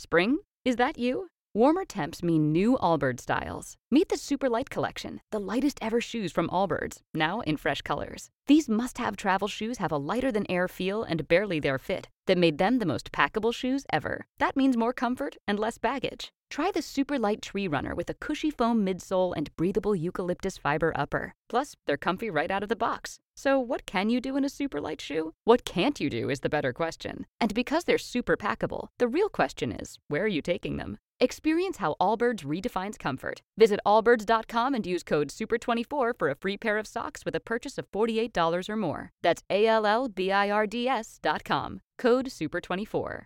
Spring? Is that you? Warmer temps mean new Allbirds styles. Meet the Super Light Collection, the lightest ever shoes from Allbirds, now in fresh colors. These must-have travel shoes have a lighter-than-air feel and barely-there fit that made them the most packable shoes ever. That means more comfort and less baggage. Try the Super Light Tree Runner with a cushy foam midsole and breathable eucalyptus fiber upper. Plus, they're comfy right out of the box. So what can you do in a super light shoe? What can't you do is the better question. And because they're super packable, the real question is, where are you taking them? Experience how Allbirds redefines comfort. Visit allbirds.com and use code SUPER24 for a free pair of socks with a purchase of $48 or more. That's ALLBIRDS.com. Code SUPER24.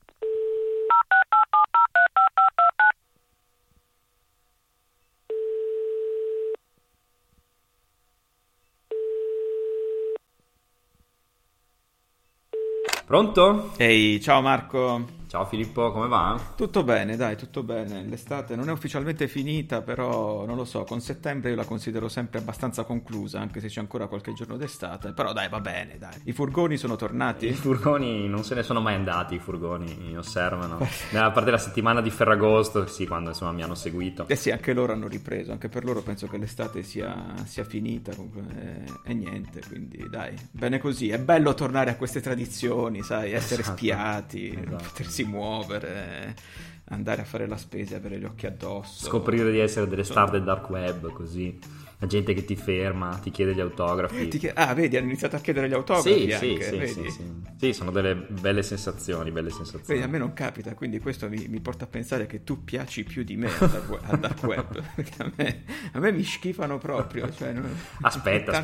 Pronto? Ehi, ciao Marco. Ciao Filippo, come va? Tutto bene, dai, tutto bene. L'estate non è ufficialmente finita, però non lo so, con settembre io la considero sempre abbastanza conclusa, anche se c'è ancora qualche giorno d'estate. Però dai, va bene, dai. I furgoni sono tornati? I furgoni non se ne sono mai andati, i furgoni mi osservano. A parte la settimana di Ferragosto, sì, quando insomma mi hanno seguito. Eh sì, anche loro hanno ripreso, anche per loro penso che l'estate sia finita e niente, quindi dai, bene così. È bello tornare a queste tradizioni, sai, essere spiati, potersi muovere, andare a fare la spesa, avere gli occhi addosso, scoprire di essere delle star del dark web, così la gente che ti ferma, ti chiede gli autografi. Vedi, hanno iniziato a chiedere gli autografi anche, vedi? Sì, sono delle belle sensazioni. Vedi, a me non capita, quindi questo mi porta a pensare che tu piaci più di me al dark web, perché a me mi schifano proprio, cioè, aspetta,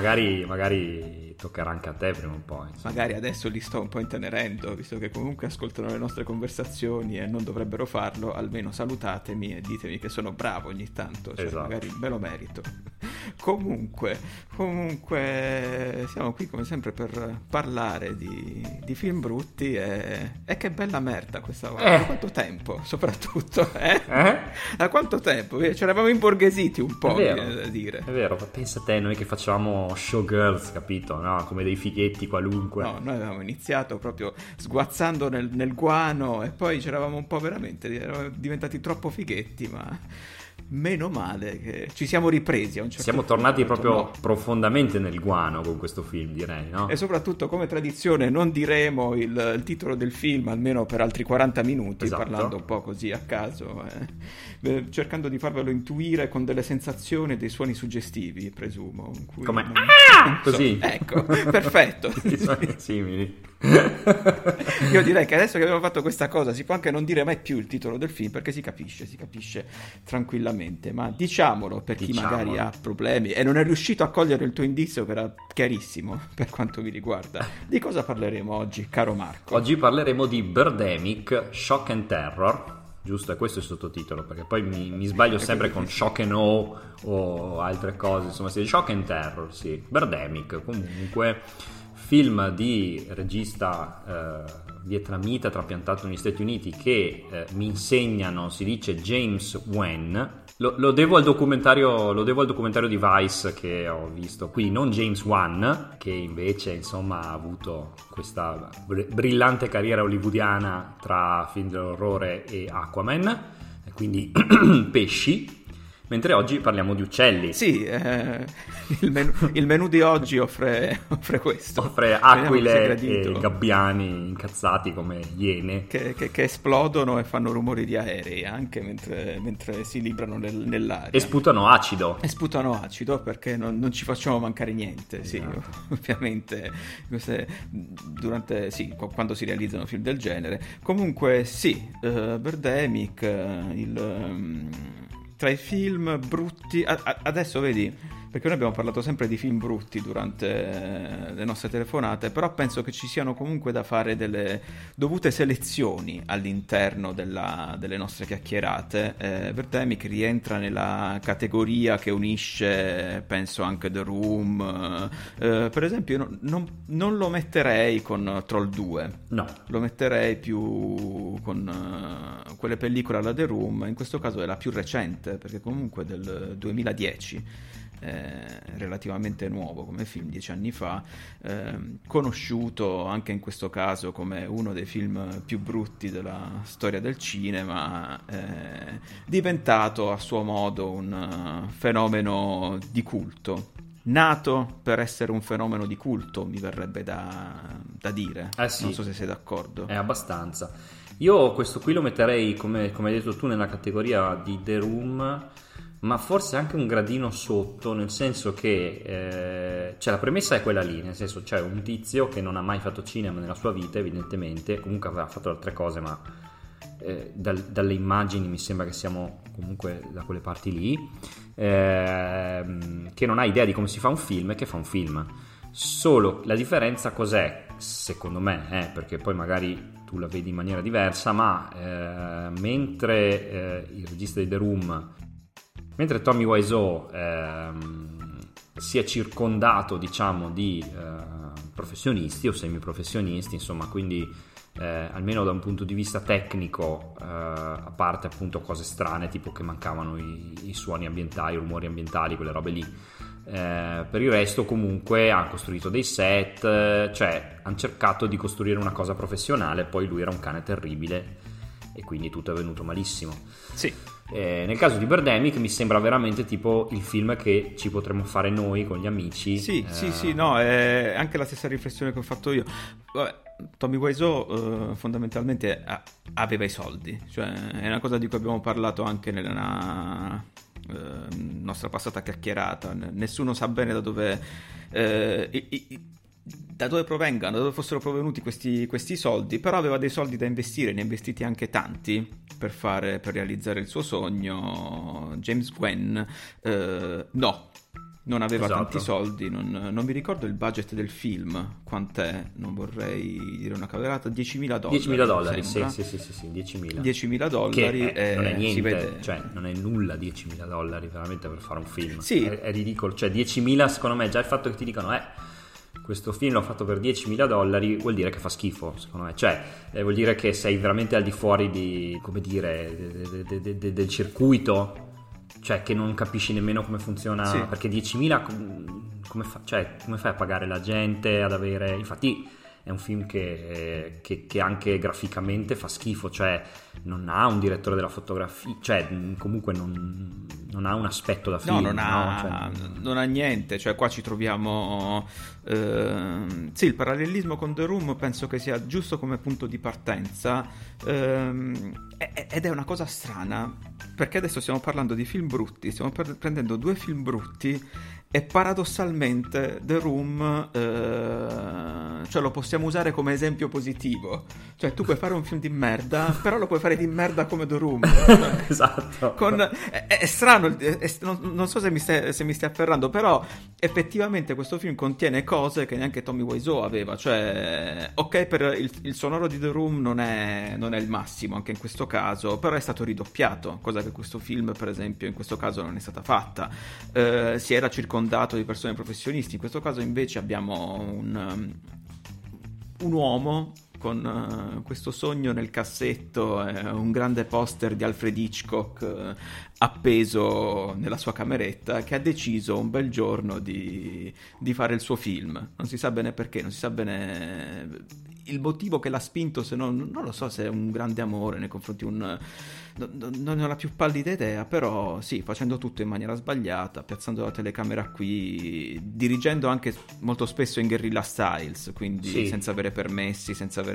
magari toccherà anche a te prima o poi, insomma. Magari adesso li sto un po' intenerendo, visto che comunque ascoltano le nostre conversazioni e non dovrebbero farlo, almeno salutatemi e ditemi che sono bravo ogni tanto, cioè, esatto. Magari me lo merito. Comunque siamo qui come sempre per parlare di film brutti e che bella merda questa volta. Da quanto tempo soprattutto, Da quanto tempo? Ci eravamo imborghesiti un po', viene da dire. È vero, pensa a te, noi che facevamo showgirls, capito? No? Come dei fighetti qualunque. No, noi avevamo iniziato proprio sguazzando nel guano e poi c'eravamo un po' veramente, eravamo diventati troppo fighetti, ma meno male che ci siamo ripresi a un certo siamo punto. Tornati proprio profondamente nel guano con questo film, direi, no? E soprattutto, come tradizione, non diremo il titolo del film almeno per altri 40 minuti, esatto. Parlando un po' così a caso, cercando di farvelo intuire con delle sensazioni e dei suoni suggestivi, presumo, in cui come così, ecco, perfetto. Suoni simili. Io direi che adesso che abbiamo fatto questa cosa si può anche non dire mai più il titolo del film, perché si capisce tranquillamente, ma diciamolo per chi magari ha problemi e non è riuscito a cogliere il tuo indizio, che era chiarissimo per quanto mi riguarda. Di cosa parleremo oggi, caro Marco? Oggi parleremo di Birdemic, Shock and Terror, giusto? È questo il sottotitolo, perché poi mi sbaglio sempre con Shock and Awe o altre cose, insomma, Shock and Terror, sì. Birdemic, comunque film di regista vietnamita trapiantato negli Stati Uniti che mi insegnano, si dice James Wan. Lo devo al documentario di Vice che ho visto, quindi non James Wan, che invece insomma ha avuto questa brillante carriera hollywoodiana tra film dell'orrore e Aquaman, e quindi pesci. Mentre oggi parliamo di uccelli. Sì, il menù di oggi offre questo. Offre aquile e gabbiani incazzati come iene. Che esplodono e fanno rumori di aerei anche mentre si librano nell'aria. E sputano acido. Perché non ci facciamo mancare niente, esatto. Sì, ovviamente. Quando si realizzano film del genere. Comunque sì, Birdemic, tra i film brutti adesso vedi, perché noi abbiamo parlato sempre di film brutti durante le nostre telefonate, però penso che ci siano comunque da fare delle dovute selezioni all'interno delle nostre chiacchierate. Birdemic rientra nella categoria che unisce, penso, anche The Room, per esempio non lo metterei con Troll 2, no, lo metterei più con quelle pellicole alla The Room. In questo caso è la più recente, perché comunque del 2010. relativamente nuovo come film, 10 anni fa, conosciuto anche in questo caso come uno dei film più brutti della storia del cinema, diventato a suo modo un fenomeno di culto. Nato per essere un fenomeno di culto, mi verrebbe da dire. Sì. Non so se sei d'accordo. Abbastanza. Io questo qui lo metterei, come hai detto tu, nella categoria di The Room, ma forse anche un gradino sotto, nel senso che cioè la premessa è quella lì, nel senso c'è un tizio che non ha mai fatto cinema nella sua vita, evidentemente, comunque aveva fatto altre cose, ma dalle immagini mi sembra che siamo comunque da quelle parti lì, che non ha idea di come si fa un film e che fa un film. Solo la differenza cos'è, secondo me, perché poi magari tu la vedi in maniera diversa, ma mentre il regista di The Room, mentre Tommy Wiseau si è circondato, diciamo, di professionisti o semiprofessionisti, insomma, quindi almeno da un punto di vista tecnico, a parte appunto cose strane tipo che mancavano i suoni ambientali, i rumori ambientali, quelle robe lì, per il resto comunque ha costruito dei set, cioè hanno cercato di costruire una cosa professionale. Poi lui era un cane terribile e quindi tutto è venuto malissimo. Sì. Nel caso di Birdemic mi sembra veramente tipo il film che ci potremmo fare noi con gli amici. Sì, no, è anche la stessa riflessione che ho fatto io. Vabbè, Tommy Wiseau fondamentalmente aveva i soldi, cioè è una cosa di cui abbiamo parlato anche nella nostra passata chiacchierata. Nessuno sa bene da dove provengano, da dove fossero provenuti questi soldi, però aveva dei soldi da investire, ne ha investiti anche tanti per realizzare il suo sogno. James Wan non aveva tanti soldi, non mi ricordo il budget del film, quant'è, non vorrei dire una cavolata, $10.000. $10.000, sì, $10.000. $10.000 che non è niente, si vede. Cioè non è nulla $10.000 veramente per fare un film. Sì. È ridicolo, cioè 10.000 secondo me, già il fatto che ti dicano questo film l'ho fatto per $10.000 vuol dire che fa schifo, secondo me, cioè vuol dire che sei veramente al di fuori di, come dire, del circuito, cioè che non capisci nemmeno come funziona, sì. Perché 10.000 come fai a pagare la gente, ad avere, infatti è un film che anche graficamente fa schifo, cioè non ha un direttore della fotografia, cioè comunque non ha un aspetto da film, non ha niente, cioè qua ci troviamo sì, il parallelismo con The Room penso che sia giusto come punto di partenza, ed è una cosa strana perché adesso stiamo parlando di film brutti, stiamo prendendo due film brutti e paradossalmente The Room cioè lo possiamo usare come esempio positivo, cioè tu puoi fare un film di merda però lo puoi fare di merda come The Room, cioè, esatto, è strano, non so se mi stai afferrando, però effettivamente questo film contiene cose che neanche Tommy Wiseau aveva, cioè ok, per il sonoro di The Room non è il massimo anche in questo caso, però è stato ridoppiato, cosa che questo film per esempio in questo caso non è stata fatta. Si era circondato di persone professionisti, in questo caso invece abbiamo un uomo con questo sogno nel cassetto, un grande poster di Alfred Hitchcock appeso nella sua cameretta, che ha deciso un bel giorno di fare il suo film. Non si sa bene perché, non si sa bene il motivo che l'ha spinto, se non lo so se è un grande amore nei confronti non ho la più pallida idea, però sì, facendo tutto in maniera sbagliata, piazzando la telecamera qui, dirigendo anche molto spesso in guerrilla styles, quindi sì, senza avere permessi,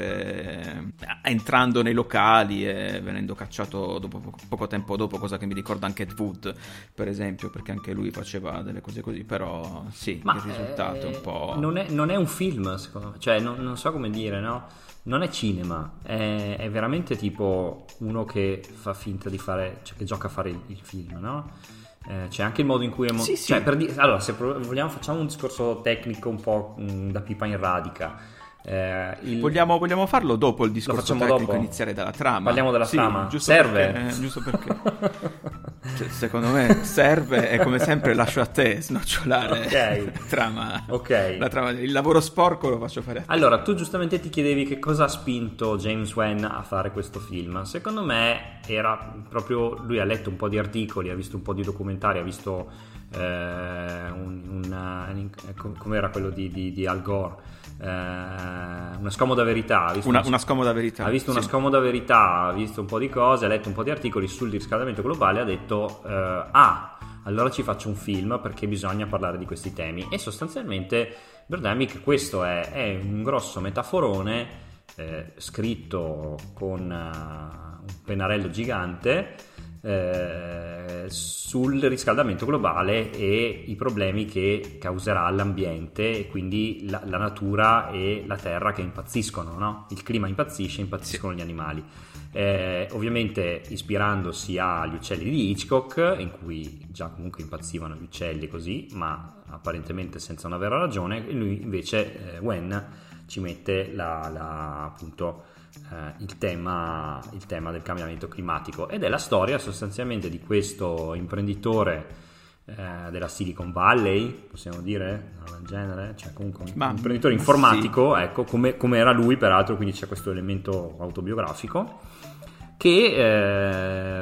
entrando nei locali e venendo cacciato dopo poco tempo dopo, cosa che mi ricorda anche Ed Wood per esempio, perché anche lui faceva delle cose così, però sì, il risultato è un po'... Non è un film, secondo me, cioè non so come dire, no? Non è cinema, è veramente tipo uno che fa finta di fare, cioè che gioca a fare il film, no? C'è anche il modo in cui sì. Cioè, allora, se vogliamo facciamo un discorso tecnico un po' da pipa in radica. Vogliamo farlo dopo il discorso tecnico, dopo? iniziare dalla trama. Parliamo della trama. Giusto perché Cioè, secondo me serve, e come sempre lascio a te snocciolare Ok. la trama. Ok. La trama, il lavoro sporco lo faccio fare a te. Allora, tu giustamente ti chiedevi che cosa ha spinto James Wan a fare questo film. Secondo me era proprio, lui ha letto un po' di articoli, ha visto un po' di documentari, ha visto come era quello di Al Gore, una scomoda verità, ha visto Una scomoda verità. Ha visto una scomoda verità, ha visto un po' di cose, ha letto un po' di articoli sul riscaldamento globale, ha detto allora ci faccio un film perché bisogna parlare di questi temi. E sostanzialmente Birdemic questo è un grosso metaforone scritto con un pennarello gigante sul riscaldamento globale e i problemi che causerà all'ambiente, e quindi la natura e la terra che impazziscono, no? Il clima impazziscono gli animali, ovviamente ispirandosi agli uccelli di Hitchcock, in cui già comunque impazzivano gli uccelli così, ma apparentemente senza una vera ragione. E lui invece Wen ci mette appunto il tema del cambiamento climatico, ed è la storia sostanzialmente di questo imprenditore della Silicon Valley, possiamo dire, del genere, cioè comunque un imprenditore informatico, sì. Ecco, come era lui peraltro, quindi c'è questo elemento autobiografico che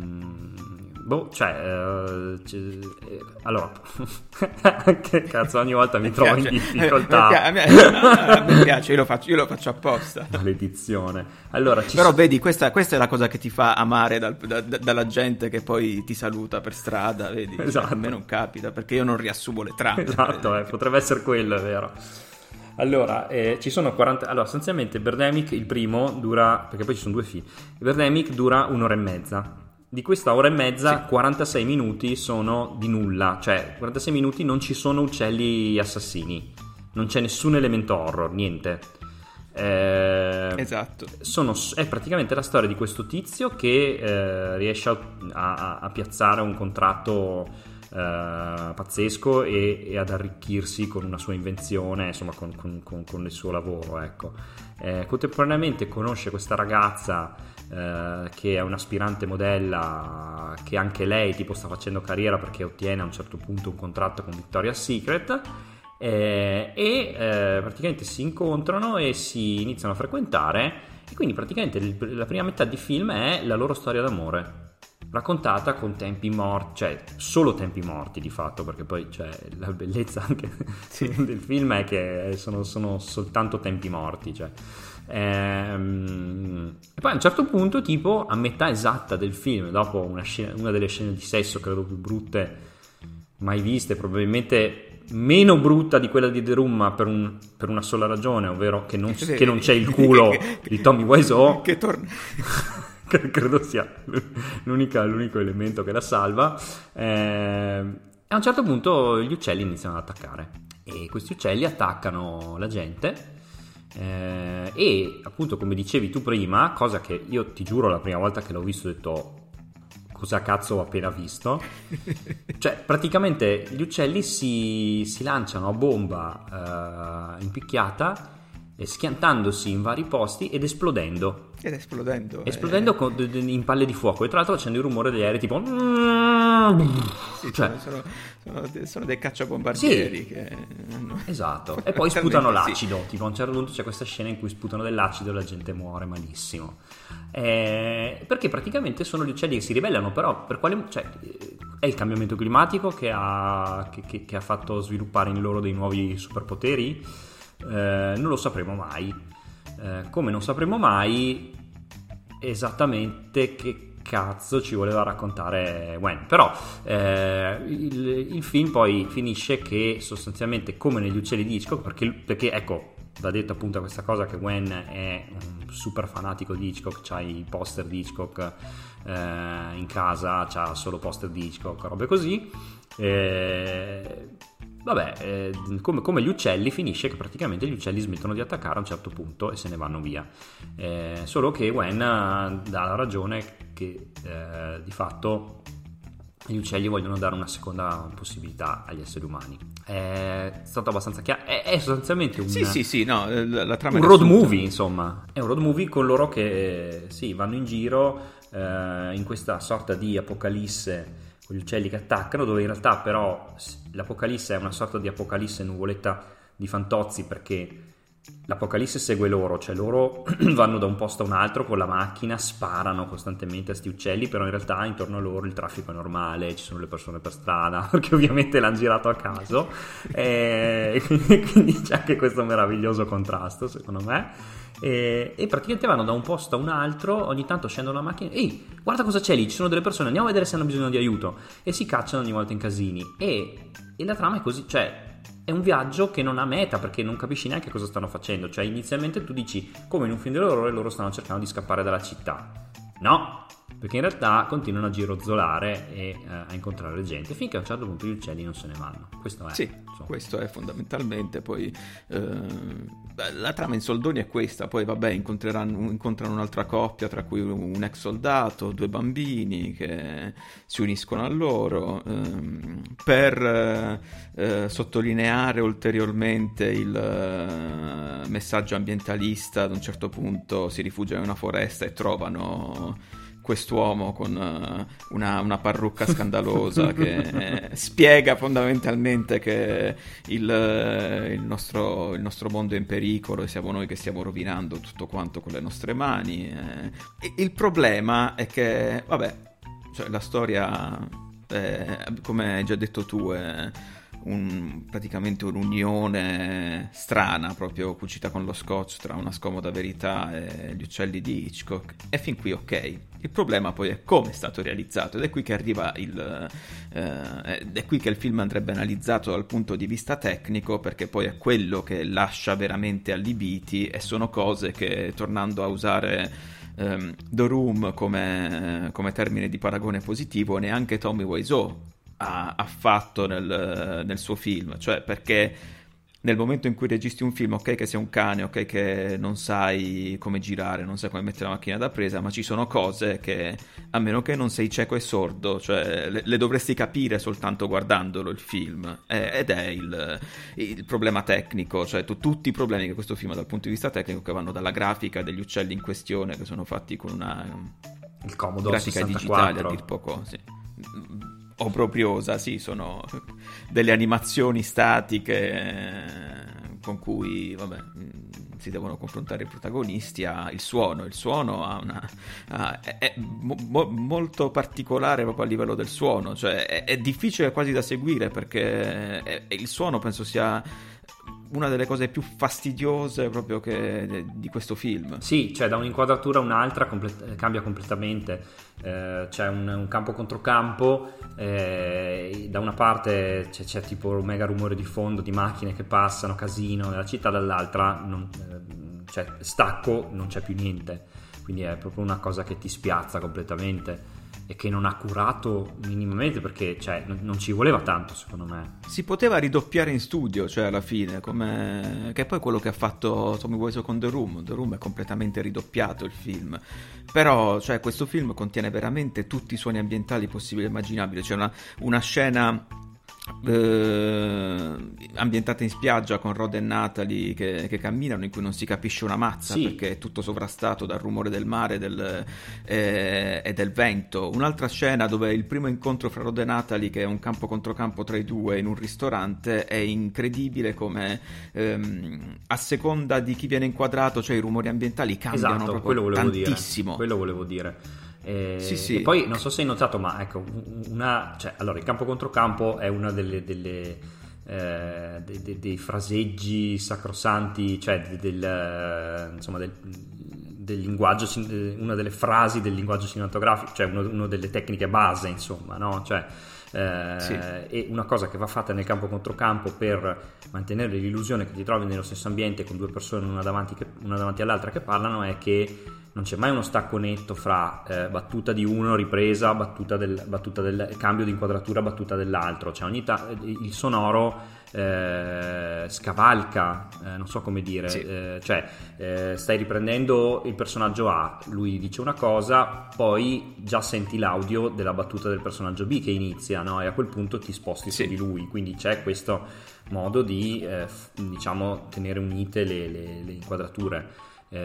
allora che cazzo, ogni volta mi trovo in difficoltà. A me piace, io lo faccio apposta. Maledizione. Allora, però vedi, questa è la cosa che ti fa amare dalla gente che poi ti saluta per strada, vedi? Esatto. A me non capita, perché io non riassumo le trame. Esatto, potrebbe essere quello, è vero. Allora, ci sono 40. Allora, sostanzialmente Birdemic, il primo, dura, perché poi ci sono due film. Birdemic dura 1 ora e mezza. Di questa ora e mezza, sì, 46 minuti sono di nulla, cioè 46 minuti non ci sono uccelli assassini, non c'è nessun elemento horror, niente. Esatto. È praticamente la storia di questo tizio che riesce a piazzare un contratto pazzesco e ad arricchirsi con una sua invenzione, insomma con il suo lavoro, ecco. Contemporaneamente conosce questa ragazza che è un'aspirante modella, che anche lei tipo sta facendo carriera perché ottiene a un certo punto un contratto con Victoria's Secret, praticamente si incontrano e si iniziano a frequentare, e quindi praticamente la prima metà di film è la loro storia d'amore raccontata con tempi morti, cioè solo tempi morti di fatto, perché poi cioè, la bellezza anche del film è che sono soltanto tempi morti, cioè. E poi a un certo punto, tipo a metà esatta del film, dopo una delle scene di sesso credo più brutte mai viste, probabilmente meno brutta di quella di The Room, ma per una sola ragione, ovvero che non c'è il culo di Tommy Wiseau, che torna. Credo sia l'unico elemento che la salva. A un certo punto gli uccelli iniziano ad attaccare, e questi uccelli attaccano la gente, e appunto, come dicevi tu prima, cosa che io ti giuro la prima volta che l'ho visto ho detto cosa cazzo ho appena visto. Cioè praticamente gli uccelli si lanciano a bomba impicchiata, schiantandosi in vari posti ed esplodendo in palle di fuoco, e tra l'altro facendo il rumore degli aerei tipo sì, cioè, sono dei cacciabombardieri, sì, che esatto, e poi sputano l'acido, sì. Tipo a un certo punto c'è questa scena in cui sputano dell'acido e la gente muore malissimo, perché praticamente sono gli uccelli che si ribellano, però per quale, cioè, è il cambiamento climatico che ha fatto sviluppare in loro dei nuovi superpoteri? Non lo sapremo mai, come non sapremo mai esattamente che cazzo ci voleva raccontare Wen. Però il film poi finisce che sostanzialmente, come negli uccelli di Hitchcock, perché ecco, va detto appunto questa cosa, che Wen è un super fanatico di Hitchcock, c'ha i poster di Hitchcock in casa, c'ha solo poster di Hitchcock, robe così. Come gli uccelli, finisce che praticamente gli uccelli smettono di attaccare a un certo punto e se ne vanno via, solo che Wen dà la ragione che di fatto gli uccelli vogliono dare una seconda possibilità agli esseri umani. È stato abbastanza chiaro. È sostanzialmente un Sì, no, la trama un è road riassunta. movie, insomma. È un road movie con loro che vanno in giro in questa sorta di apocalisse con gli uccelli che attaccano, dove in realtà però l'apocalisse è una sorta di apocalisse nuvoletta di fantozzi, perché l'apocalisse segue loro, cioè loro vanno da un posto a un altro con la macchina, sparano costantemente a sti uccelli, però in realtà intorno a loro il traffico è normale, ci sono le persone per strada, perché ovviamente l'hanno girato a caso, e quindi c'è anche questo meraviglioso contrasto, secondo me. E praticamente vanno da un posto a un altro, ogni tanto scendono la macchina, ehi, guarda cosa c'è lì, ci sono delle persone, andiamo a vedere se hanno bisogno di aiuto, e si cacciano ogni volta in casini, e la trama è così, cioè è un viaggio che non ha meta, perché non capisci neanche cosa stanno facendo. Cioè inizialmente tu dici, come in un film dell'orrore, loro stanno cercando di scappare dalla città. No, perché in realtà continuano a girozzolare e a incontrare gente, finché a un certo punto gli uccelli non se ne vanno. Questo è, Sì, insomma. questo è fondamentalmente. Poi la trama in soldoni è questa. Poi vabbè, incontrano un'altra coppia, tra cui un ex soldato, due bambini che si uniscono a loro per sottolineare ulteriormente il messaggio ambientalista. Ad un certo punto si rifugiano in una foresta e trovano quest'uomo con una parrucca scandalosa che spiega fondamentalmente che il nostro mondo è in pericolo e siamo noi che stiamo rovinando tutto quanto con le nostre mani. Il problema è che, vabbè, cioè la storia, come hai già detto tu, è praticamente un'unione strana, proprio cucita con lo scotch, tra una scomoda verità e gli uccelli di Hitchcock. E fin qui ok. Il problema poi è come è stato realizzato, ed è qui che arriva ed è qui che il film andrebbe analizzato dal punto di vista tecnico, perché poi è quello che lascia veramente allibiti, e sono cose che, tornando a usare The Room come termine di paragone positivo, neanche Tommy Wiseau ha fatto nel suo film. Cioè, perché nel momento in cui registi un film, ok che sei un cane, ok che non sai come girare, non sai come mettere la macchina da presa, ma ci sono cose che, a meno che non sei cieco e sordo, cioè le dovresti capire soltanto guardandolo il film, ed è il problema tecnico. Cioè tutti i problemi che questo film ha dal punto di vista tecnico, che vanno dalla grafica degli uccelli in questione, che sono fatti con il Commodore grafica 64, digitale, a dir poco, sì, obbrobriosa. Sì, sono delle animazioni statiche con cui, vabbè, si devono confrontare i protagonisti. Il suono è molto particolare proprio a livello del suono, cioè è difficile quasi da seguire, perché il suono penso sia una delle cose più fastidiose proprio di questo film. Sì, cioè da un'inquadratura a un'altra cambia completamente. C'è un campo contro campo, da una parte c'è tipo un mega rumore di fondo di macchine che passano, casino nella città, dall'altra c'è stacco, non c'è più niente, quindi è proprio una cosa che ti spiazza completamente e che non ha curato minimamente, perché cioè, non ci voleva tanto, secondo me. Si poteva ridoppiare in studio, cioè alla fine, che è poi quello che ha fatto Tommy Wiseau con The Room. The Room è completamente ridoppiato il film, però cioè, questo film contiene veramente tutti i suoni ambientali possibili e immaginabili. C'è una scena ambientata in spiaggia con Rod e Natalie che camminano, in cui non si capisce una mazza, sì, perché è tutto sovrastato dal rumore del mare e del vento. Un'altra scena dove il primo incontro fra Rod e Natalie, che è un campo contro campo tra i due in un ristorante, è incredibile come a seconda di chi viene inquadrato, cioè i rumori ambientali cambiano, esatto, proprio tantissimo. Quello volevo dire. Sì. E poi non so se hai notato, ma ecco, allora il campo contro campo è una dei fraseggi sacrosanti, cioè del linguaggio, una delle frasi del linguaggio cinematografico, cioè una delle tecniche base, insomma, no? Cioè E una cosa che va fatta nel campo contro campo per mantenere l'illusione che ti trovi nello stesso ambiente con due persone una davanti all'altra che parlano è che non c'è mai uno stacco netto fra battuta di uno, ripresa, battuta del cambio di inquadratura, battuta dell'altro, cioè il sonoro scavalca, non so come dire, sì. Stai riprendendo il personaggio A, lui dice una cosa, poi già senti l'audio della battuta del personaggio B che inizia, no? E a quel punto ti sposti su di lui, quindi c'è questo modo di diciamo tenere unite le inquadrature,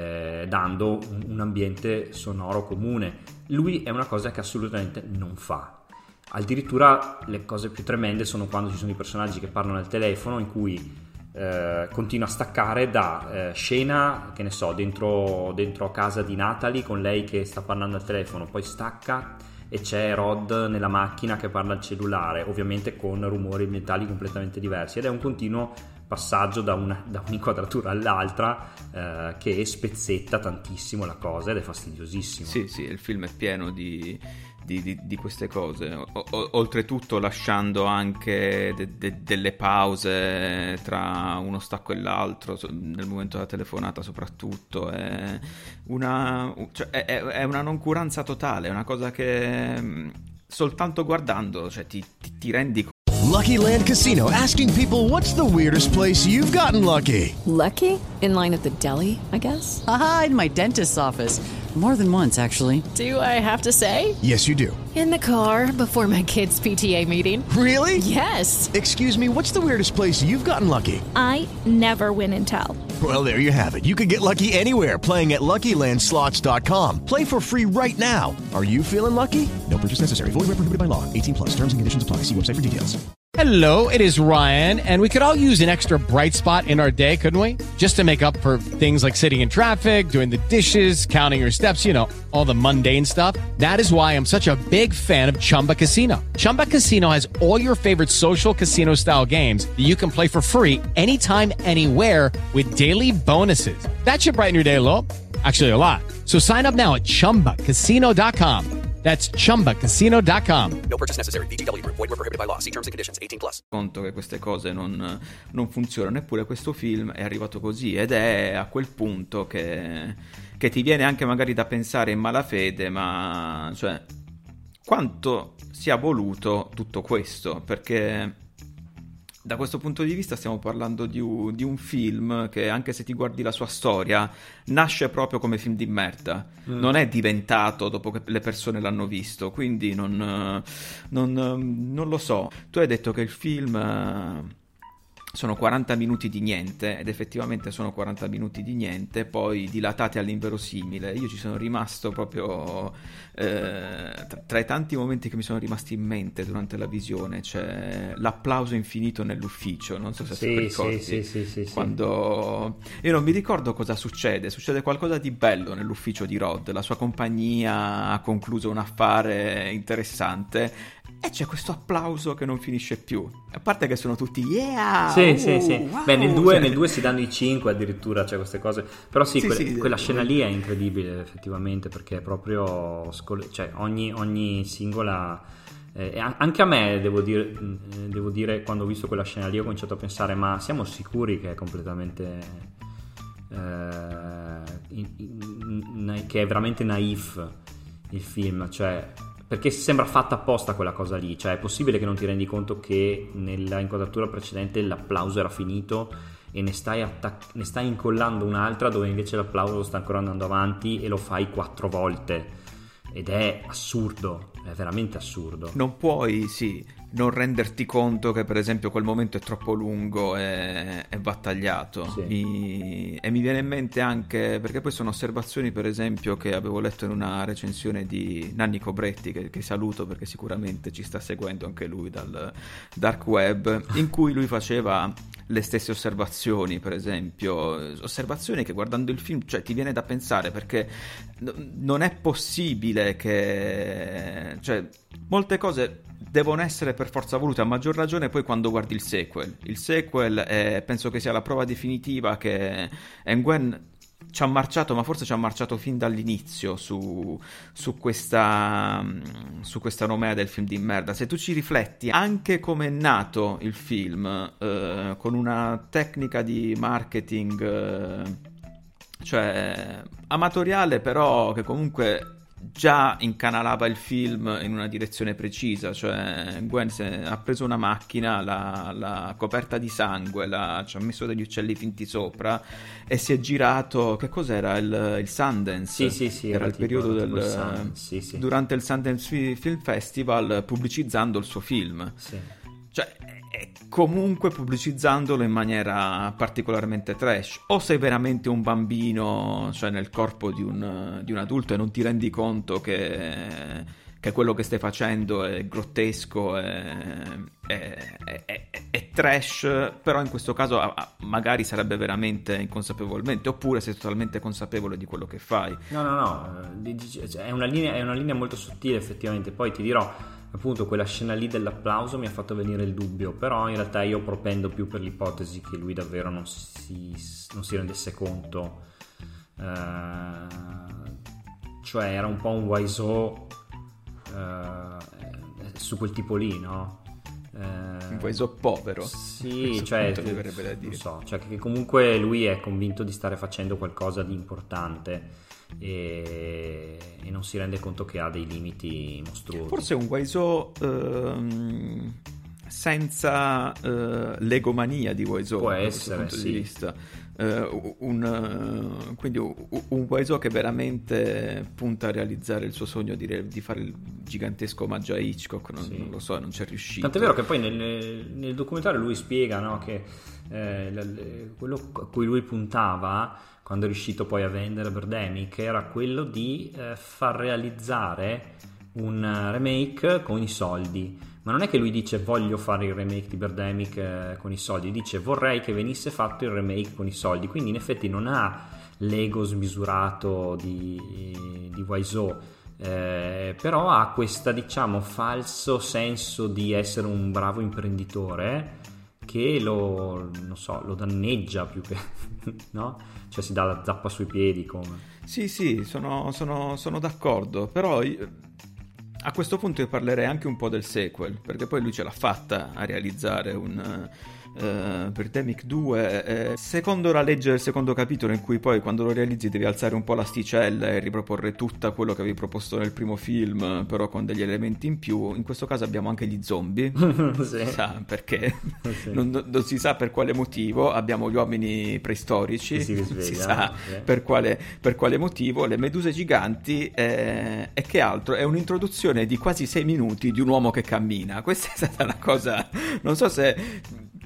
dando un ambiente sonoro comune. Lui è una cosa che assolutamente non fa. Addirittura le cose più tremende sono quando ci sono i personaggi che parlano al telefono, in cui continua a staccare da scena, che ne so, dentro casa di Natalie con lei che sta parlando al telefono, poi stacca e c'è Rod nella macchina che parla al cellulare, ovviamente con rumori ambientali completamente diversi, ed è un continuo passaggio da un'inquadratura all'altra che spezzetta tantissimo la cosa ed è fastidiosissimo. Sì, il film è pieno di queste cose, oltretutto lasciando anche delle pause tra uno stacco e l'altro, nel momento della telefonata soprattutto. È una noncuranza totale, è una cosa che soltanto guardando, cioè, ti rendi conto. Lucky Land Casino, asking people, what's the weirdest place you've gotten lucky? Lucky? In line at the deli, I guess? Aha, in my dentist's office. More than once, actually. Do I have to say? Yes, you do. In the car before my kids' PTA meeting. Really? Yes. Excuse me, what's the weirdest place you've gotten lucky? I never win and tell. Well, there you have it. You can get lucky anywhere, playing at LuckyLandSlots.com. Play for free right now. Are you feeling lucky? No purchase necessary. Void where prohibited by law. 18+. Terms and conditions apply. See website for details. Hello, it is Ryan, and we could all use an extra bright spot in our day, couldn't we? Just to make up for things like sitting in traffic, doing the dishes, counting your steps, you know, all the mundane stuff. That is why I'm such a big fan of Chumba Casino. Chumba Casino has all your favorite social casino-style games that you can play for free anytime, anywhere with daily bonuses. That should brighten your day a little. Actually, a lot. So sign up now at ChumbaCasino.com. That's ChumbaCasino.com. No purchase necessary. VGW Group. Void where prohibited by law. See terms and conditions. 18+. Conto che queste cose non funzionano, eppure questo film è arrivato così, ed è a quel punto che ti viene anche magari da pensare in malafede, ma cioè quanto sia voluto tutto questo, perché da questo punto di vista stiamo parlando di un film che, anche se ti guardi la sua storia, nasce proprio come film di merda. Non è diventato dopo che le persone l'hanno visto, quindi non lo so. Tu hai detto che il film sono 40 minuti di niente, ed effettivamente sono 40 minuti di niente, poi dilatati all'inverosimile. Io ci sono rimasto proprio tra i tanti momenti che mi sono rimasti in mente durante la visione, c'è l'applauso infinito nell'ufficio, non so se ti ricordi. Sì. Quando io non mi ricordo cosa succede qualcosa di bello nell'ufficio di Rod, la sua compagnia ha concluso un affare interessante e c'è questo applauso che non finisce più, a parte che sono tutti yeah, sì. Wow. Beh, nel 2 si danno i 5 addirittura, cioè queste cose, però quella scena lì è incredibile effettivamente, perché è proprio cioè ogni singola anche a me devo dire, quando ho visto quella scena lì ho cominciato a pensare, ma siamo sicuri che è completamente che è veramente naif il film, cioè, perché sembra fatta apposta quella cosa lì, cioè è possibile che non ti rendi conto che nella inquadratura precedente l'applauso era finito e ne stai incollando un'altra dove invece l'applauso sta ancora andando avanti e lo fai 4 volte, ed è assurdo, è veramente assurdo. Non puoi non renderti conto che per esempio quel momento è troppo lungo e va tagliato. E mi viene in mente anche, perché poi sono osservazioni per esempio che avevo letto in una recensione di Nanni Cobretti, che saluto perché sicuramente ci sta seguendo anche lui dal dark web, in cui lui faceva le stesse osservazioni, per esempio osservazioni che guardando il film, cioè, ti viene da pensare, perché non è possibile che, cioè, molte cose devono essere per forza volute, a maggior ragione poi quando guardi il sequel penso che sia la prova definitiva che Nguyen ci ha marciato, ma forse ci ha marciato fin dall'inizio su questa nomea del film di merda. Se tu ci rifletti, anche come è nato il film, con una tecnica di marketing cioè amatoriale, però che comunque già incanalava il film in una direzione precisa. Cioè Gwen ha preso una macchina, l'ha coperta di sangue, ci ha messo degli uccelli finti sopra e si è girato, che cos'era, il Sundance? Sì, era il periodo durante il Sundance Film Festival, pubblicizzando il suo film. Cioè, e comunque pubblicizzandolo in maniera particolarmente trash. O sei veramente un bambino, cioè nel corpo di un adulto, e non ti rendi conto che quello che stai facendo è grottesco, è trash, però in questo caso magari sarebbe veramente inconsapevolmente, oppure sei totalmente consapevole di quello che fai. No, è una linea molto sottile effettivamente. Poi ti dirò, appunto, quella scena lì dell'applauso mi ha fatto venire il dubbio, però in realtà io propendo più per l'ipotesi che lui davvero non si rendesse conto, cioè era un po' un Wiseau su quel tipo lì, no? Un Wiseau povero. Sì, cioè, non so, cioè che comunque lui è convinto di stare facendo qualcosa di importante e non si rende conto che ha dei limiti mostruosi. Forse un Wiseau senza l'egomania di Wiseau, può da essere, questo punto sì, di vista. Quindi un Wiseau che veramente punta a realizzare il suo sogno di fare il gigantesco omaggio a Hitchcock. Non lo so, non c'è riuscito. Tant'è vero che poi nel documentario lui spiega, no, che quello a cui lui puntava quando è riuscito poi a vendere Birdemic era quello di far realizzare un remake con i soldi. Ma non è che lui dice voglio fare il remake di Birdemic con i soldi, dice vorrei che venisse fatto il remake con i soldi. Quindi in effetti non ha l'ego smisurato di Wiseau, però ha questa, diciamo, falso senso di essere un bravo imprenditore che lo danneggia più che no? Cioè si dà la zappa sui piedi come. Sì, sono d'accordo, però a questo punto io parlerei anche un po' del sequel, perché poi lui ce l'ha fatta a realizzare un Birdemic 2, secondo la legge del secondo capitolo, in cui poi quando lo realizzi devi alzare un po' l'asticella e riproporre tutto quello che avevi proposto nel primo film, però con degli elementi in più. In questo caso abbiamo anche gli zombie. Sì. Si sa perché, sì. non si sa per quale motivo. Abbiamo gli uomini preistorici, si sa per quale motivo, le meduse giganti, e che altro, è un'introduzione di quasi 6 minuti di un uomo che cammina. Questa è stata una cosa, non so se...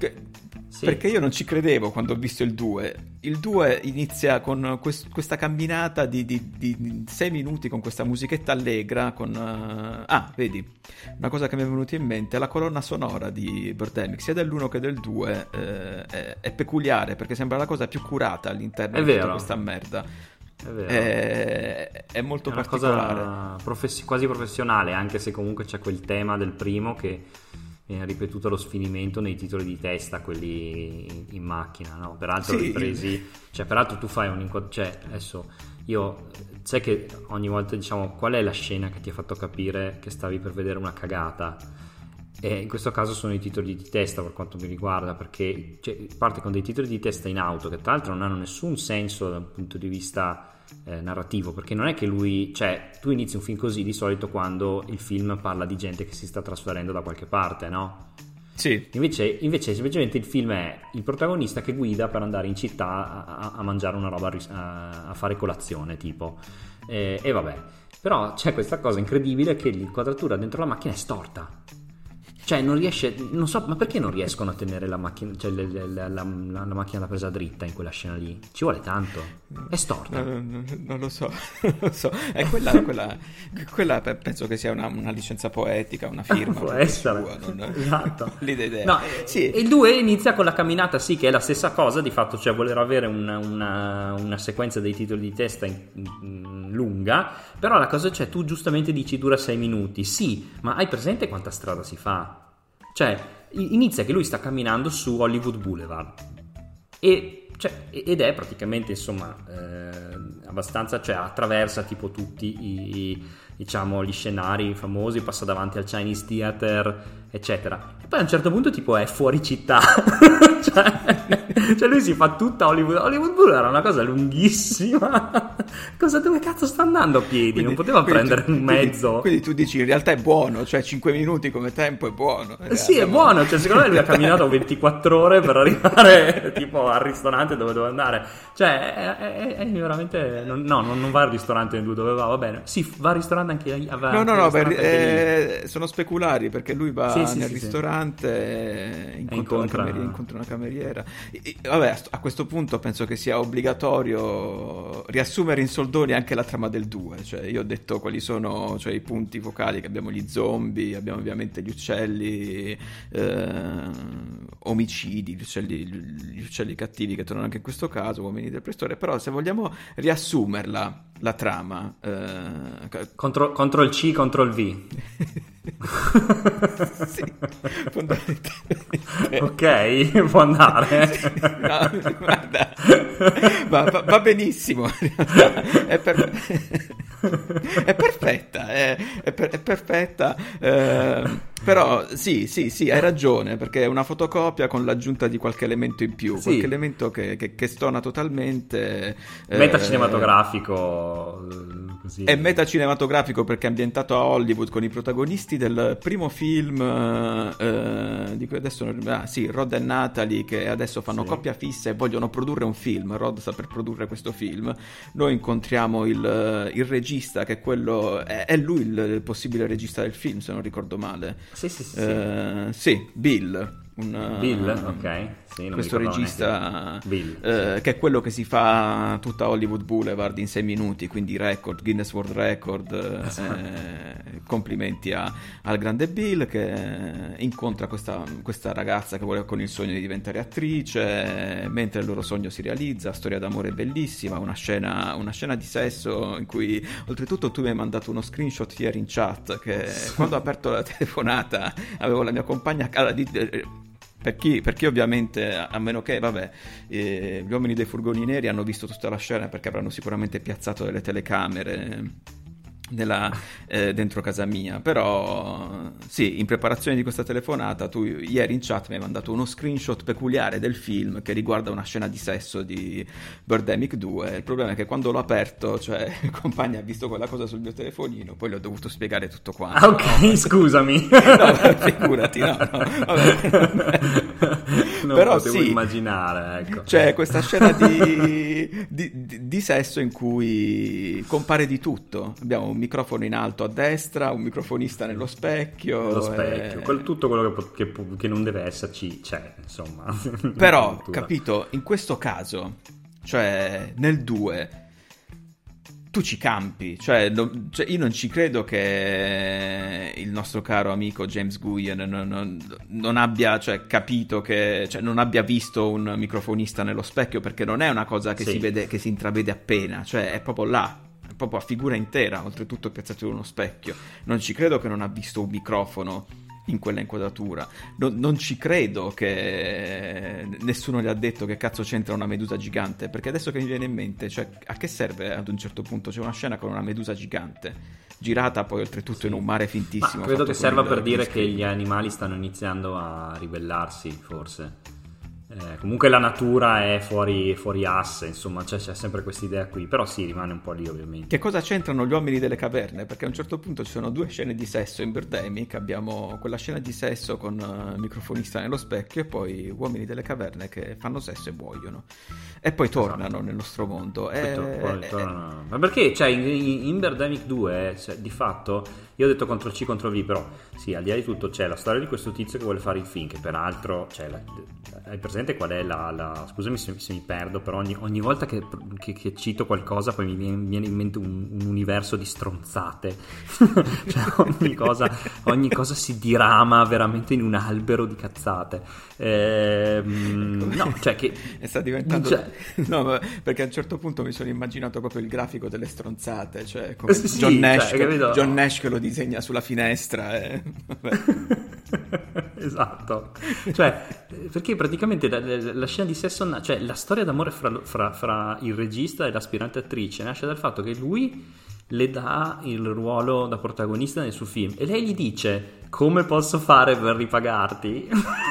Sì. Perché io non ci credevo quando ho visto il 2. Il 2 inizia con questa camminata di 6 minuti con questa musichetta allegra, con... vedi, una cosa che mi è venuta in mente, la colonna sonora di Birdemic, sia dell'1 che del 2, è peculiare, perché sembra la cosa più curata all'interno di tutta questa merda. È vero. È molto particolare. Una cosa quasi professionale, anche se comunque c'è quel tema del primo che viene ripetuto allo sfinimento nei titoli di testa, quelli in macchina, no? Peraltro ripresi, cioè peraltro tu fai cioè adesso io sai che ogni volta diciamo qual è la scena che ti ha fatto capire che stavi per vedere una cagata, e in questo caso sono i titoli di testa per quanto mi riguarda, perché parte con dei titoli di testa in auto che tra l'altro non hanno nessun senso dal punto di vista narrativo, perché non è che lui, cioè tu inizi un film così di solito quando il film parla di gente che si sta trasferendo da qualche parte, no? Sì. Invece semplicemente il film è il protagonista che guida per andare in città a mangiare una roba, a fare colazione tipo, e vabbè, però c'è questa cosa incredibile che l'inquadratura dentro la macchina è storta. Cioè non riesce, non so, ma perché non riescono a tenere la macchina, cioè la macchina da presa dritta in quella scena lì? Ci vuole tanto, è storta. Non lo so, è quella penso che sia una licenza poetica, una firma. Può essere, esatto. L'idea. No, sì. E il 2 inizia con la camminata, sì, che è la stessa cosa di fatto, cioè voler avere una sequenza dei titoli di testa lunga, però la cosa, cioè tu giustamente dici dura 6 minuti, sì, ma hai presente quanta strada si fa? Cioè inizia che lui sta camminando su Hollywood Boulevard e ed è praticamente, insomma, abbastanza, cioè attraversa tipo tutti diciamo gli scenari famosi, passa davanti al Chinese Theater, eccetera, e poi a un certo punto tipo è fuori città. cioè lui si fa tutta Hollywood Boulevard, era una cosa lunghissima. Dove cazzo sta andando a piedi? Quindi, non poteva prendere un mezzo. Quindi tu dici in realtà è buono, cioè 5 minuti come tempo è buono. Sì, è buono, cioè secondo me lui ha camminato 24 ore per arrivare tipo al ristorante dove doveva andare. Cioè è veramente non va al ristorante dove va bene. Sì, va al ristorante anche sono speculari, perché lui va nel ristorante, incontra una cameriera. Vabbè, a questo punto penso che sia obbligatorio riassumere in soldoni anche la trama del 2. Cioè io ho detto quali sono, cioè, i punti focali, che abbiamo gli zombie, abbiamo ovviamente gli uccelli omicidi, gli uccelli cattivi che tornano anche in questo caso, uomini del prestore. Però se vogliamo riassumerla, la trama, contro il C, contro il V. Sì, fondamentalmente. Ok, può andare. Sì, no, guarda, va benissimo. È perfetta, è perfetta. Però sì, hai ragione, perché è una fotocopia con l'aggiunta di qualche elemento in più, qualche elemento che stona totalmente. Metacinematografico, così. È metacinematografico perché è ambientato a Hollywood, con i protagonisti del primo film di cui adesso Rod e Natalie, che adesso fanno coppia fissa e vogliono produrre un film. Rod sta per produrre questo film. Noi incontriamo il regista, che è lui il possibile regista del film, se non ricordo male. Sì, Bill. Bill, ok. Sì, questo regista che è quello che si fa tutta Hollywood Boulevard in 6 minuti, quindi record, Guinness World Record. Complimenti al grande Bill, che incontra questa ragazza che vuole, con il sogno di diventare attrice, mentre il loro sogno si realizza. Storia d'amore bellissima, una scena di sesso in cui oltretutto tu mi hai mandato uno screenshot ieri in chat, che quando ho aperto la telefonata avevo la mia compagna per chi ovviamente, a meno che, gli uomini dei furgoni neri hanno visto tutta la scena, perché avranno sicuramente piazzato delle telecamere dentro casa mia. Però sì, in preparazione di questa telefonata tu ieri in chat mi hai mandato uno screenshot peculiare del film che riguarda una scena di sesso di Birdemic 2. Il problema è che quando l'ho aperto, cioè il compagno ha visto quella cosa sul mio telefonino, poi gli ho dovuto spiegare tutto quanto. Ok, scusami. No, figurati, no. Vabbè. Non però potevo immaginare, ecco. C'è questa scena di sesso in cui compare di tutto. Abbiamo un microfono in alto a destra, un microfonista nello specchio. Tutto quello che non deve esserci c'è, insomma. Però, capito, in questo caso, cioè nel 2, tu ci campi, cioè io non ci credo che il nostro caro amico James Guyan non abbia, cioè, capito che, cioè, non abbia visto un microfonista nello specchio, perché non è una cosa che si vede, che si intravede appena, cioè è proprio là, è proprio a figura intera, oltretutto piazzato in uno specchio. Non ci credo che non ha visto un microfono in quella inquadratura. Non ci credo che nessuno gli ha detto che cazzo c'entra una medusa gigante, perché adesso che mi viene in mente, cioè, a che serve ad un certo punto? C'è una scena con una medusa gigante girata poi oltretutto in un mare fintissimo. Ma credo che serva per dire che gli animali stanno iniziando a ribellarsi, forse. Comunque la natura è fuori asse, insomma, c'è sempre questa idea qui, però sì, rimane un po' lì, ovviamente. Che cosa c'entrano gli uomini delle caverne? Perché a un certo punto ci sono 2 scene di sesso in Birdemic. Abbiamo quella scena di sesso con il microfonista nello specchio, e poi uomini delle caverne che fanno sesso e muoiono e poi tornano nel nostro mondo. Poi tornano. Ma perché, cioè, in Birdemic 2, cioè, di fatto, io ho detto contro il C, contro il V, però sì, al di là di tutto c'è la storia di questo tizio che vuole fare il film, che peraltro, cioè, hai presente qual è scusami se mi perdo, però ogni volta che cito qualcosa poi mi viene in mente un universo di stronzate. Cioè ogni cosa si dirama veramente in un albero di cazzate. No, cioè che sta diventando no, perché a un certo punto mi sono immaginato proprio il grafico delle stronzate, cioè come John Nash che lo disegna sulla finestra. Esatto, cioè perché praticamente la scena di sesso, cioè la storia d'amore fra il regista e l'aspirante attrice nasce dal fatto che lui le dà il ruolo da protagonista nel suo film e lei gli dice: come posso fare per ripagarti?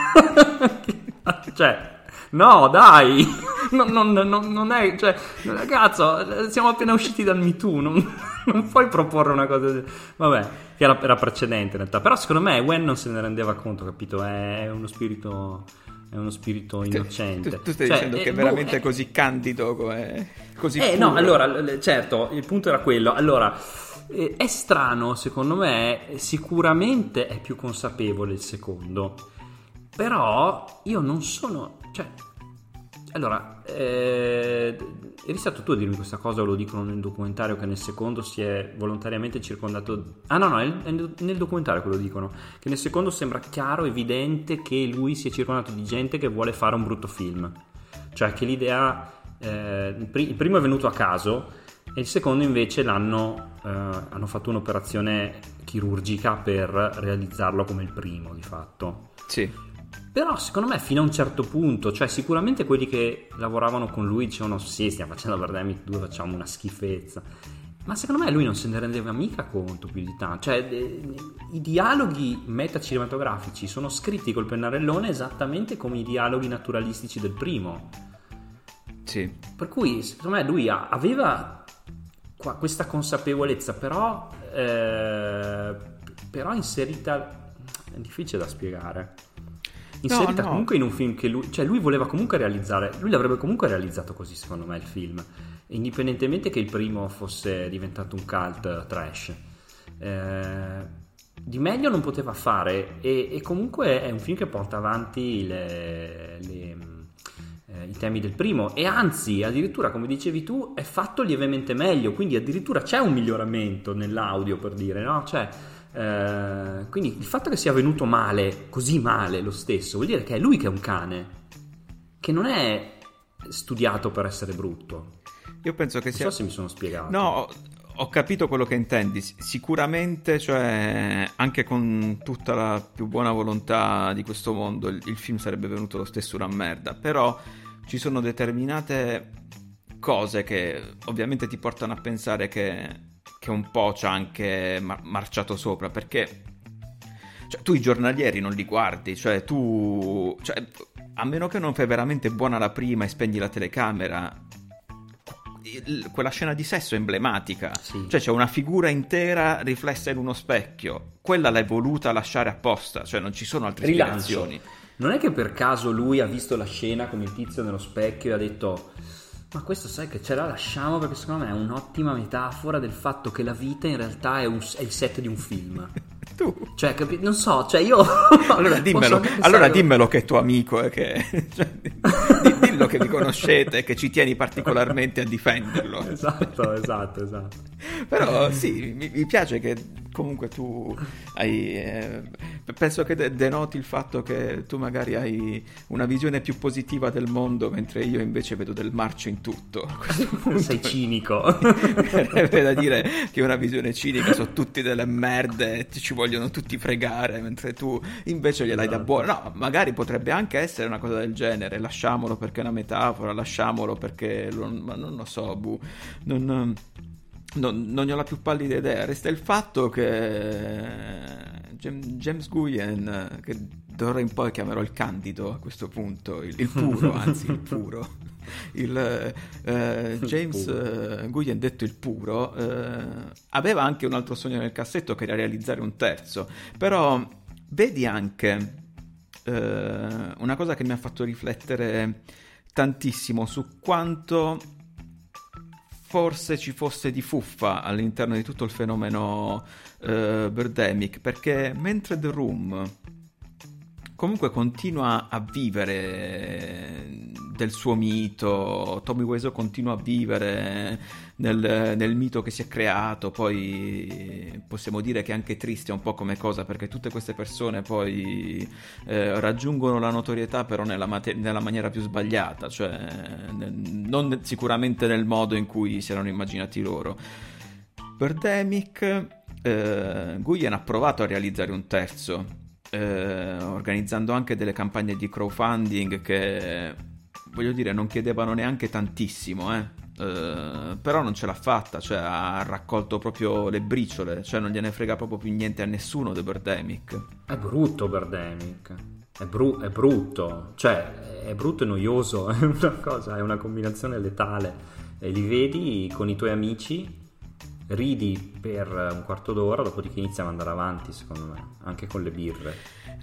Cioè no dai, non è, cioè cazzo, siamo appena usciti dal Me Too, non puoi proporre una cosa, vabbè, che era precedente in realtà, però secondo me Wen non se ne rendeva conto, capito? È uno spirito innocente. Tu stai dicendo che è veramente così candido, così puro. No, allora, certo, il punto era quello. Allora, è strano, secondo me, sicuramente è più consapevole il secondo, però io non sono, cioè, allora, eri stato tu a dirmi questa cosa o lo dicono nel documentario che nel secondo si è volontariamente circondato? Ah no, è nel documentario che lo dicono, che nel secondo sembra chiaro, evidente che lui si è circondato di gente che vuole fare un brutto film, cioè che l'idea, il primo è venuto a caso e il secondo invece hanno fatto un'operazione chirurgica per realizzarlo come il primo di fatto. Sì. Però secondo me fino a un certo punto, cioè sicuramente quelli che lavoravano con lui dicevano sì, stiamo facendo Birdemic 2, facciamo una schifezza, ma secondo me lui non se ne rendeva mica conto più di tanto, cioè i dialoghi metacinematografici sono scritti col pennarellone esattamente come i dialoghi naturalistici del primo. Sì. Per cui secondo me lui aveva questa consapevolezza, però inserita, è difficile da spiegare. Inserita comunque in un film che lui voleva comunque realizzare, lui l'avrebbe comunque realizzato così, secondo me, il film, indipendentemente che il primo fosse diventato un cult trash. Di meglio non poteva fare, e comunque è un film che porta avanti i temi del primo, e anzi addirittura, come dicevi tu, è fatto lievemente meglio, quindi addirittura c'è un miglioramento nell'audio, per dire, no? Cioè quindi il fatto che sia venuto male, così male lo stesso, vuol dire che è lui che è un cane, che non è studiato per essere brutto. Io penso che sia... Non so se mi sono spiegato. No, ho capito quello che intendi. Sicuramente, cioè, anche con tutta la più buona volontà di questo mondo, il film sarebbe venuto lo stesso una merda. Però ci sono determinate cose che ovviamente ti portano a pensare che un po' c'ha anche marciato sopra, perché cioè, tu i giornalieri non li guardi, cioè tu, cioè, a meno che non fai veramente buona la prima e spegni la telecamera, quella scena di sesso è emblematica, sì. Cioè c'è una figura intera riflessa in uno specchio, quella l'hai voluta lasciare apposta, cioè non ci sono altre spiegazioni. Non è che per caso lui ha visto la scena con il tizio nello specchio e ha detto: ma questo sai che ce la lasciamo, perché secondo me è un'ottima metafora del fatto che la vita in realtà è il set di un film. Tu? Cioè, non so, cioè io... Allora dimmelo che è tuo amico e che... Cioè, dillo che vi conoscete e che ci tieni particolarmente a difenderlo. Esatto. Però sì, mi piace che comunque tu hai... penso che denoti il fatto che tu magari hai una visione più positiva del mondo, mentre io invece vedo del marcio in tutto. Sei cinico. È da dire che una visione cinica, sono tutti delle merde, ci vogliono tutti fregare, mentre tu invece gliel'hai da buono. No, magari potrebbe anche essere una cosa del genere, lasciamolo perché è una metafora, lasciamolo perché non lo so, non ne ho la più pallida idea. Resta il fatto che James Nguyen, che d'ora in poi chiamerò il candido a questo punto, il puro, anzi il puro, James Nguyen, detto il puro, aveva anche un altro sogno nel cassetto, che era realizzare un terzo. Però vedi anche una cosa che mi ha fatto riflettere tantissimo su quanto forse ci fosse di fuffa all'interno di tutto il fenomeno Birdemic, perché mentre The Room comunque continua a vivere del suo mito, Tommy Wiseau continua a vivere nel mito che si è creato, poi possiamo dire che è anche triste un po' come cosa, perché tutte queste persone poi raggiungono la notorietà, però nella maniera più sbagliata, cioè non sicuramente nel modo in cui si erano immaginati loro. Birdemic, Nguyen ha provato a realizzare un terzo, organizzando anche delle campagne di crowdfunding che, voglio dire, non chiedevano neanche tantissimo, però non ce l'ha fatta, cioè ha raccolto proprio le briciole, cioè non gliene frega proprio più niente a nessuno di Birdemic. È brutto Birdemic, è brutto, cioè è brutto e noioso, è una cosa, è una combinazione letale, e li vedi con i tuoi amici, ridi per un quarto d'ora, dopodiché iniziamo ad andare avanti, secondo me, anche con le birre.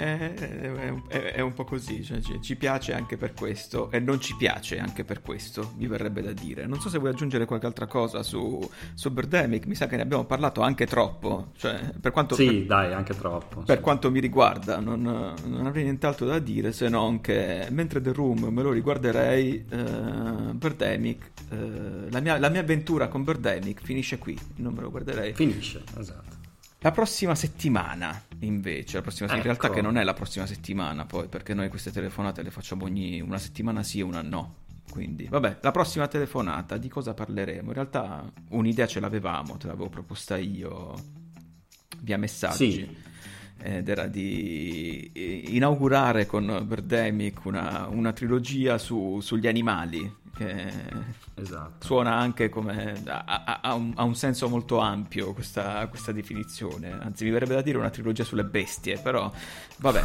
È un po' così, cioè, ci piace anche per questo e non ci piace anche per questo, mi verrebbe da dire. Non so se vuoi aggiungere qualche altra cosa su Birdemic, mi sa che ne abbiamo parlato anche troppo, cioè, per quanto, sì, dai, anche troppo. Per sì. Quanto mi riguarda, non avrei nient'altro da dire, se non che mentre The Room me lo riguarderei, Birdemic, la mia avventura con Birdemic finisce qui, non me lo guarderei. Finisce, esatto. La prossima settimana, invece, in realtà Ecco. che non è la prossima settimana poi, perché noi queste telefonate le facciamo una settimana sì e una no. Quindi, vabbè, la prossima telefonata, di cosa parleremo? In realtà un'idea ce l'avevamo, te l'avevo proposta io via messaggi. Sì. Ed era di inaugurare con Birdemic una trilogia sugli animali, che Esatto. suona anche come ha un senso molto ampio questa definizione, anzi mi verrebbe da dire una trilogia sulle bestie, però vabbè.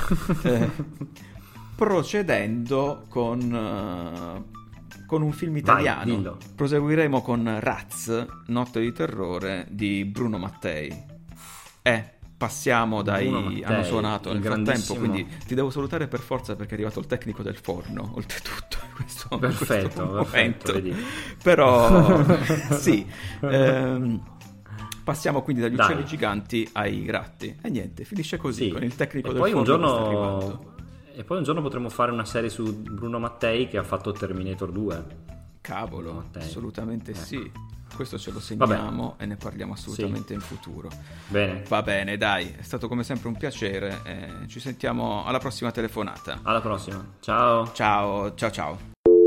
Procedendo con un film italiano. Vai, dillo. Proseguiremo con Raz, Notte di terrore di Bruno Mattei. Passiamo dai... Bruno Mattei, hanno suonato nel il frattempo, grandissimo- quindi ti devo salutare per forza perché è arrivato il tecnico del forno, oltretutto, in questo Perfetto, momento. vedi. Però, sì. Passiamo quindi dagli Dai. uccelli giganti ai ratti. E niente, finisce così, Sì. con il tecnico E del poi forno un che sta giorno arrivando. E poi un giorno potremo fare una serie su Bruno Mattei che ha fatto Terminator 2. Cavolo, Mattei. assolutamente Ecco. sì. Questo ce lo segniamo e ne parliamo assolutamente Sì. in futuro. Bene. Va bene, dai, è stato come sempre un piacere. Ci sentiamo alla prossima telefonata. Alla prossima. Ciao. Ciao, ciao, ciao.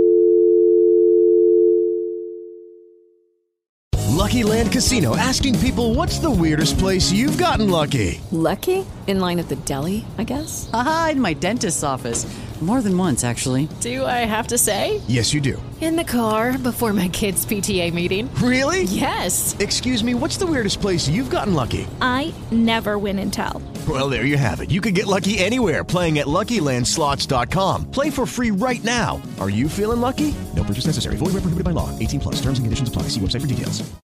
Lucky Land Casino, asking people, what's the weirdest place you've gotten lucky? Lucky? In line at the deli, I guess? Aha, in my dentist's office. More than once, actually. Do I have to say? Yes, you do. In the car before my kids' PTA meeting. Really? Yes. Excuse me, what's the weirdest place you've gotten lucky? I never win and tell. Well, there you have it. You can get lucky anywhere, playing at LuckyLandSlots.com. Play for free right now. Are you feeling lucky? No purchase necessary. Void where prohibited by law. 18+. Terms and conditions apply. See website for details.